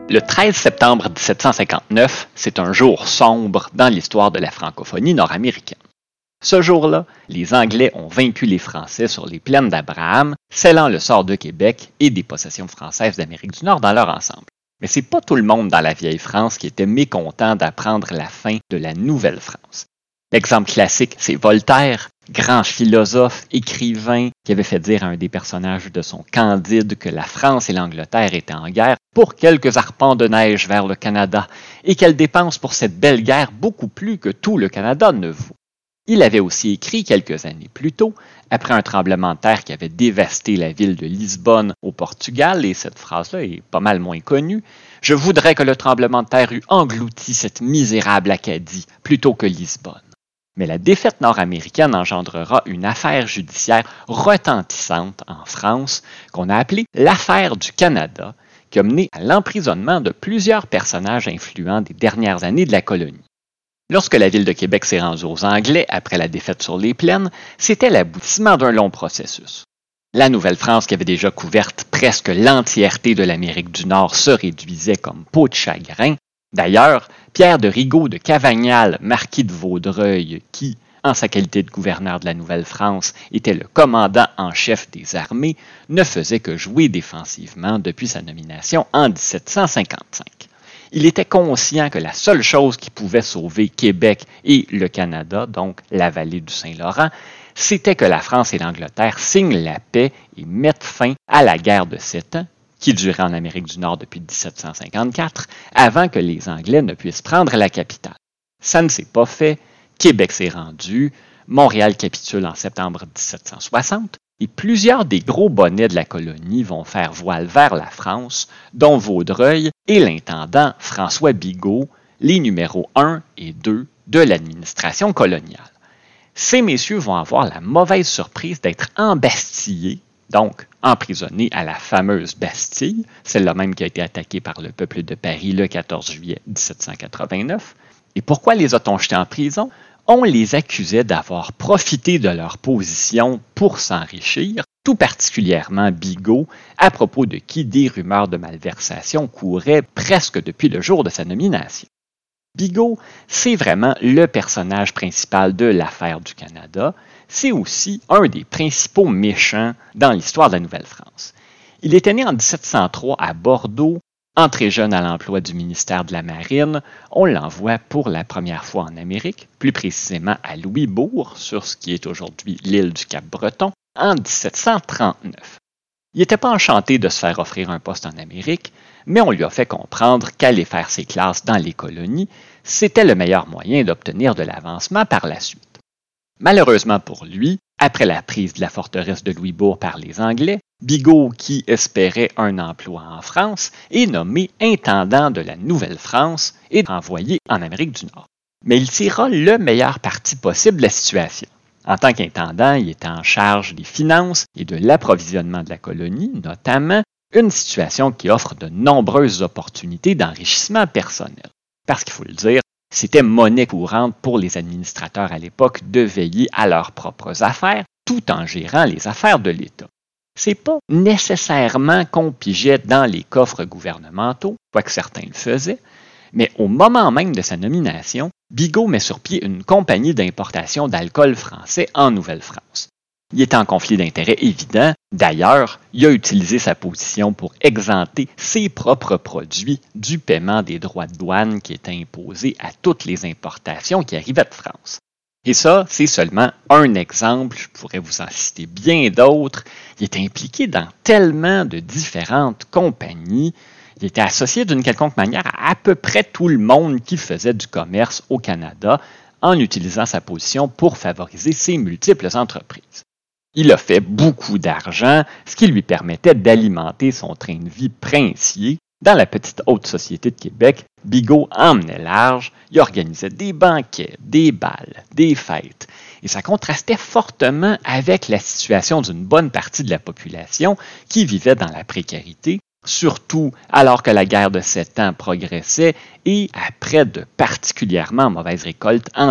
Le 13 septembre 1759, c'est un jour sombre dans l'histoire de la francophonie nord-américaine. Ce jour-là, les Anglais ont vaincu les Français sur les plaines d'Abraham, scellant le sort de Québec et des possessions françaises d'Amérique du Nord dans leur ensemble. Mais c'est pas tout le monde dans la vieille France qui était mécontent d'apprendre la fin de la Nouvelle-France. L'exemple classique, c'est Voltaire, grand philosophe, écrivain, qui avait fait dire à un des personnages de son Candide que la France et l'Angleterre étaient en guerre pour quelques arpents de neige vers le Canada et qu'elles dépensent pour cette belle guerre beaucoup plus que tout le Canada ne vaut. Il avait aussi écrit quelques années plus tôt, après un tremblement de terre qui avait dévasté la ville de Lisbonne au Portugal, et cette phrase-là est pas mal moins connue, « Je voudrais que le tremblement de terre eût englouti cette misérable Acadie plutôt que Lisbonne. » Mais la défaite nord-américaine engendrera une affaire judiciaire retentissante en France qu'on a appelée l'affaire du Canada, qui a mené à l'emprisonnement de plusieurs personnages influents des dernières années de la colonie. Lorsque la ville de Québec s'est rendue aux Anglais après la défaite sur les plaines, c'était l'aboutissement d'un long processus. La Nouvelle-France, qui avait déjà couverte presque l'entièreté de l'Amérique du Nord, se réduisait comme peau de chagrin. D'ailleurs, Pierre de Rigaud de Cavagnal, marquis de Vaudreuil, qui, en sa qualité de gouverneur de la Nouvelle-France, était le commandant en chef des armées, ne faisait que jouer défensivement depuis sa nomination en 1755. Il était conscient que la seule chose qui pouvait sauver Québec et le Canada, donc la vallée du Saint-Laurent, c'était que la France et l'Angleterre signent la paix et mettent fin à la guerre de 7 ans, qui durait en Amérique du Nord depuis 1754, avant que les Anglais ne puissent prendre la capitale. Ça ne s'est pas fait, Québec s'est rendu, Montréal capitule en septembre 1760, et plusieurs des gros bonnets de la colonie vont faire voile vers la France, dont Vaudreuil et l'intendant François Bigot, les numéros 1 et 2 de l'administration coloniale. Ces messieurs vont avoir la mauvaise surprise d'être embastillés, donc emprisonnés à la fameuse Bastille, celle-là même qui a été attaquée par le peuple de Paris le 14 juillet 1789. Et pourquoi les a-t-on jetés en prison? On les accusait d'avoir profité de leur position pour s'enrichir, tout particulièrement Bigot, à propos de qui des rumeurs de malversation couraient presque depuis le jour de sa nomination. Bigot, c'est vraiment le personnage principal de l'affaire du Canada. C'est aussi un des principaux méchants dans l'histoire de la Nouvelle-France. Il était né en 1703 à Bordeaux. Entré jeune à l'emploi du ministère de la Marine, on l'envoie pour la première fois en Amérique, plus précisément à Louisbourg, sur ce qui est aujourd'hui l'île du Cap-Breton, en 1739. Il n'était pas enchanté de se faire offrir un poste en Amérique, mais on lui a fait comprendre qu'aller faire ses classes dans les colonies, c'était le meilleur moyen d'obtenir de l'avancement par la suite. Malheureusement pour lui, après la prise de la forteresse de Louisbourg par les Anglais, Bigot, qui espérait un emploi en France, est nommé intendant de la Nouvelle-France et envoyé en Amérique du Nord. Mais il tirera le meilleur parti possible de la situation. En tant qu'intendant, il était en charge des finances et de l'approvisionnement de la colonie, notamment une situation qui offre de nombreuses opportunités d'enrichissement personnel. Parce qu'il faut le dire, c'était monnaie courante pour les administrateurs à l'époque de veiller à leurs propres affaires tout en gérant les affaires de l'État. C'est pas nécessairement qu'on pigeait dans les coffres gouvernementaux, quoique certains le faisaient, mais au moment même de sa nomination, Bigot met sur pied une compagnie d'importation d'alcool français en Nouvelle-France. Il est en conflit d'intérêts évident. D'ailleurs, il a utilisé sa position pour exempter ses propres produits du paiement des droits de douane qui étaient imposés à toutes les importations qui arrivaient de France. Et ça, c'est seulement un exemple, je pourrais vous en citer bien d'autres. Il est impliqué dans tellement de différentes compagnies. Il était associé d'une quelconque manière à peu près tout le monde qui faisait du commerce au Canada en utilisant sa position pour favoriser ses multiples entreprises. Il a fait beaucoup d'argent, ce qui lui permettait d'alimenter son train de vie princier. Dans la petite haute société de Québec, Bigot emmenait large, il organisait des banquets, des bals, des fêtes. Et ça contrastait fortement avec la situation d'une bonne partie de la population qui vivait dans la précarité, surtout alors que la guerre de 7 ans progressait et après de particulièrement mauvaises récoltes en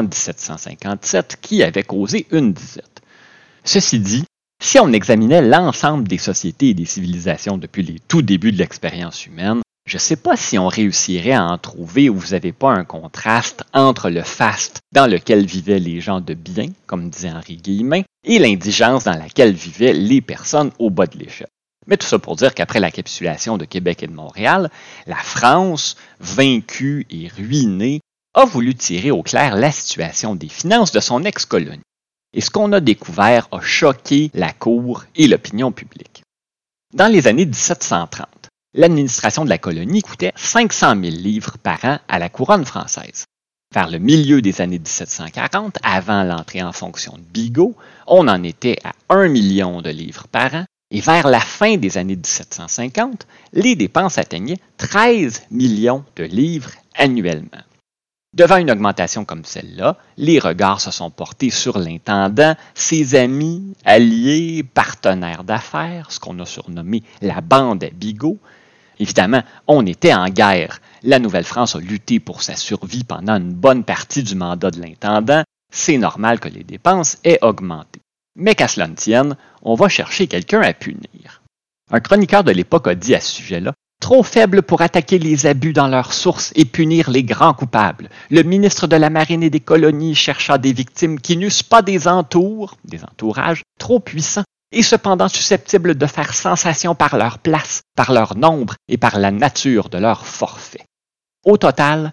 1757 qui avaient causé une disette. Ceci dit, si on examinait l'ensemble des sociétés et des civilisations depuis les tout débuts de l'expérience humaine, Je ne sais pas si on réussirait à en trouver où vous n'avez pas un contraste entre le faste dans lequel vivaient les gens de bien, comme disait Henri Guillemin, et l'indigence dans laquelle vivaient les personnes au bas de l'échelle. Mais tout ça pour dire qu'après la capitulation de Québec et de Montréal, la France, vaincue et ruinée, a voulu tirer au clair la situation des finances de son ex-colonie. Et ce qu'on a découvert a choqué la cour et l'opinion publique. Dans les années 1730, l'administration de la colonie coûtait 500 000 livres par an à la couronne française. Vers le milieu des années 1740, avant l'entrée en fonction de Bigot, on en était à 1 million de livres par an, et vers la fin des années 1750, les dépenses atteignaient 13 millions de livres annuellement. Devant une augmentation comme celle-là, les regards se sont portés sur l'intendant, ses amis, alliés, partenaires d'affaires, ce qu'on a surnommé la bande à Bigot. Évidemment, on était en guerre. La Nouvelle-France a lutté pour sa survie pendant une bonne partie du mandat de l'intendant. C'est normal que les dépenses aient augmenté. Mais qu'à cela ne tienne, on va chercher quelqu'un à punir. Un chroniqueur de l'époque a dit à ce sujet-là: trop faible pour attaquer les abus dans leurs sources et punir les grands coupables. Le ministre de la Marine et des Colonies chercha des victimes qui n'eussent pas des entourages trop puissants et cependant susceptibles de faire sensation par leur place, par leur nombre et par la nature de leur forfait. Au total,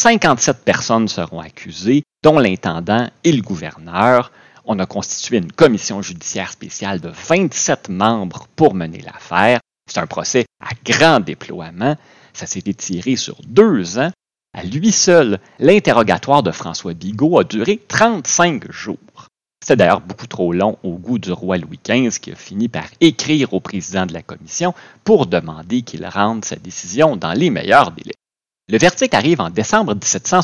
57 personnes seront accusées, dont l'intendant et le gouverneur. On a constitué une commission judiciaire spéciale de 27 membres pour mener l'affaire. C'est un procès à grand déploiement. Ça s'est étiré sur 2 ans. À lui seul, l'interrogatoire de François Bigot a duré 35 jours. C'était d'ailleurs beaucoup trop long au goût du roi Louis XV qui a fini par écrire au président de la commission pour demander qu'il rende sa décision dans les meilleurs délais. Le verdict arrive en décembre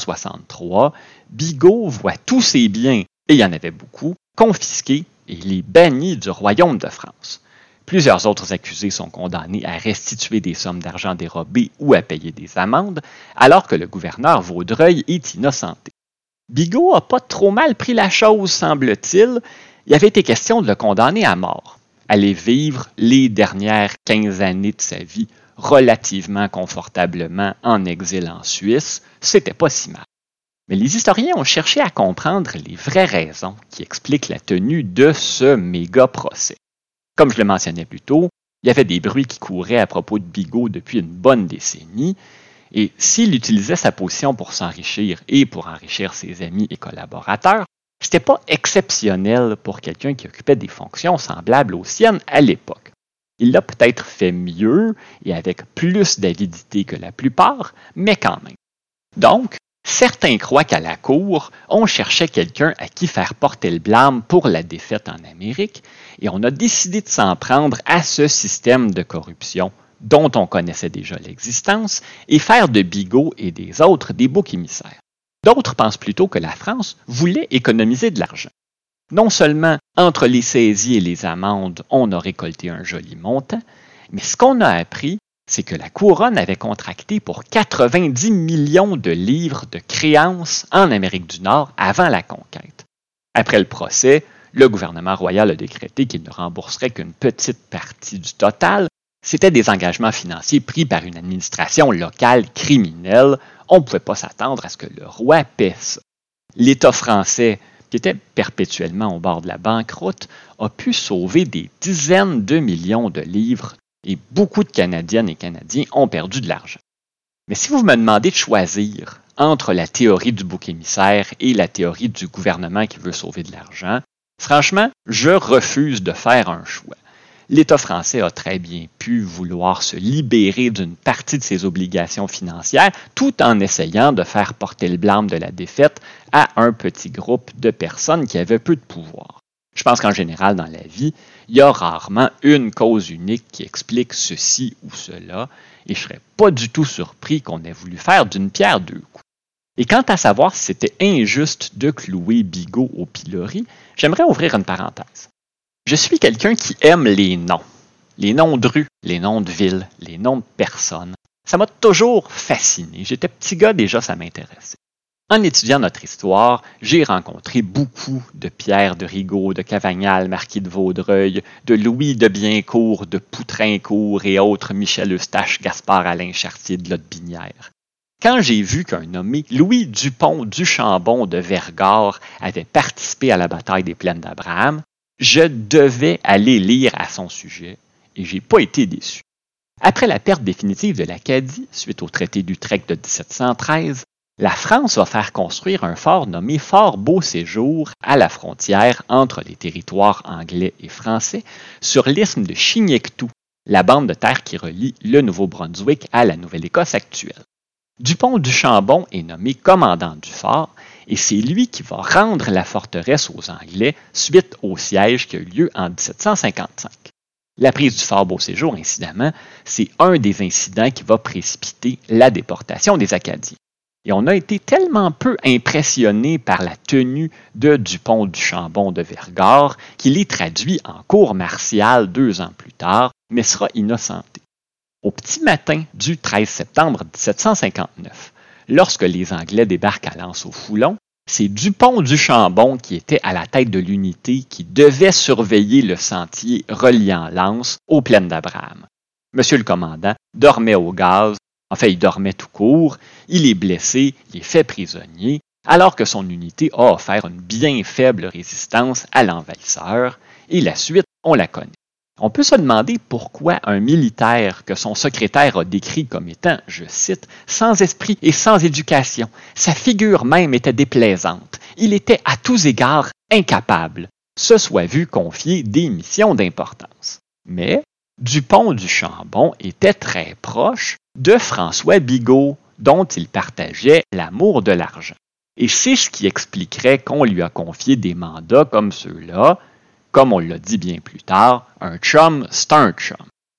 1763. Bigot voit tous ses biens, et il y en avait beaucoup, confisqués et les bannis du royaume de France. Plusieurs autres accusés sont condamnés à restituer des sommes d'argent dérobées ou à payer des amendes, alors que le gouverneur Vaudreuil est innocenté. Bigot n'a pas trop mal pris la chose, semble-t-il. Il avait été question de le condamner à mort, aller vivre les dernières 15 années de sa vie relativement confortablement en exil en Suisse. C'était pas si mal. Mais les historiens ont cherché à comprendre les vraies raisons qui expliquent la tenue de ce méga procès. Comme je le mentionnais plus tôt, il y avait des bruits qui couraient à propos de Bigot depuis une bonne décennie, et s'il utilisait sa position pour s'enrichir et pour enrichir ses amis et collaborateurs, c'était pas exceptionnel pour quelqu'un qui occupait des fonctions semblables aux siennes à l'époque. Il l'a peut-être fait mieux et avec plus d'avidité que la plupart, mais quand même. Donc, certains croient qu'à la cour, on cherchait quelqu'un à qui faire porter le blâme pour la défaite en Amérique, et on a décidé de s'en prendre à ce système de corruption dont on connaissait déjà l'existence, et faire de Bigot et des autres des boucs émissaires. D'autres pensent plutôt que la France voulait économiser de l'argent. Non seulement entre les saisies et les amendes, on a récolté un joli montant, mais ce qu'on a appris, c'est que la couronne avait contracté pour 90 millions de livres de créances en Amérique du Nord avant la conquête. Après le procès, le gouvernement royal a décrété qu'il ne rembourserait qu'une petite partie du total. C'était des engagements financiers pris par une administration locale criminelle. On ne pouvait pas s'attendre à ce que le roi paie ça. L'État français, qui était perpétuellement au bord de la banqueroute, a pu sauver des dizaines de millions de livres et beaucoup de Canadiennes et Canadiens ont perdu de l'argent. Mais si vous me demandez de choisir entre la théorie du bouc émissaire et la théorie du gouvernement qui veut sauver de l'argent, franchement, je refuse de faire un choix. L'État français a très bien pu vouloir se libérer d'une partie de ses obligations financières tout en essayant de faire porter le blâme de la défaite à un petit groupe de personnes qui avaient peu de pouvoir. Je pense qu'en général, dans la vie, il y a rarement une cause unique qui explique ceci ou cela, et je ne serais pas du tout surpris qu'on ait voulu faire d'une pierre deux coups. Et quant à savoir si c'était injuste de clouer Bigot au pilori, j'aimerais ouvrir une parenthèse. Je suis quelqu'un qui aime les noms de rues, les noms de villes, les noms de personnes. Ça m'a toujours fasciné. J'étais petit gars déjà, ça m'intéressait. En étudiant notre histoire, j'ai rencontré beaucoup de Pierre de Rigaud, de Cavagnal, marquis de Vaudreuil, de Louis de Biencourt, de Poutrincourt et autres Michel Eustache, Gaspard Alain Chartier de Lotbinière. Quand j'ai vu qu'un nommé Louis Dupont du Chambon de Vergor avait participé à la bataille des Plaines d'Abraham, je devais aller lire à son sujet et j'ai pas été déçu. Après la perte définitive de l'Acadie, suite au traité d'Utrecht de 1713, la France va faire construire un fort nommé Fort Beau-Séjour à la frontière entre les territoires anglais et français sur l'isthme de Chignectou, la bande de terre qui relie le Nouveau-Brunswick à la Nouvelle-Écosse actuelle. Dupont du Chambon est nommé commandant du fort et c'est lui qui va rendre la forteresse aux Anglais suite au siège qui a eu lieu en 1755. La prise du fort Beau-Séjour, incidemment, c'est un des incidents qui va précipiter la déportation des Acadiens. Et on a été tellement peu impressionnés par la tenue de Dupont du Chambon de Vergor qu'il est traduit en cour martiale 2 ans plus tard, mais sera innocenté. Au petit matin du 13 septembre 1759, lorsque les Anglais débarquent à Lens-au-Foulon, c'est Dupont du Chambon qui était à la tête de l'unité qui devait surveiller le sentier reliant Lens aux Plaines d'Abraham. Monsieur le commandant dormait au gaz, il dormait tout court, il est blessé, il est fait prisonnier, alors que son unité a offert une bien faible résistance à l'envahisseur, et la suite, on la connaît. On peut se demander pourquoi un militaire que son secrétaire a décrit comme étant, je cite, « sans esprit et sans éducation, sa figure même était déplaisante, il était à tous égards incapable », se soit vu confier des missions d'importance. Mais Dupont du Chambon était très proche de François Bigot, dont il partageait l'amour de l'argent. Et c'est ce qui expliquerait qu'on lui a confié des mandats comme ceux-là. Comme on l'a dit bien plus tard, un chum, c'est un chum.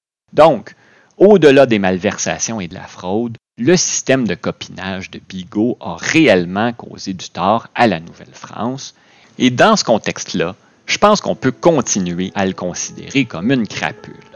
Donc, au-delà des malversations et de la fraude, le système de copinage de Bigot a réellement causé du tort à la Nouvelle-France. Et dans ce contexte-là, je pense qu'on peut continuer à le considérer comme une crapule.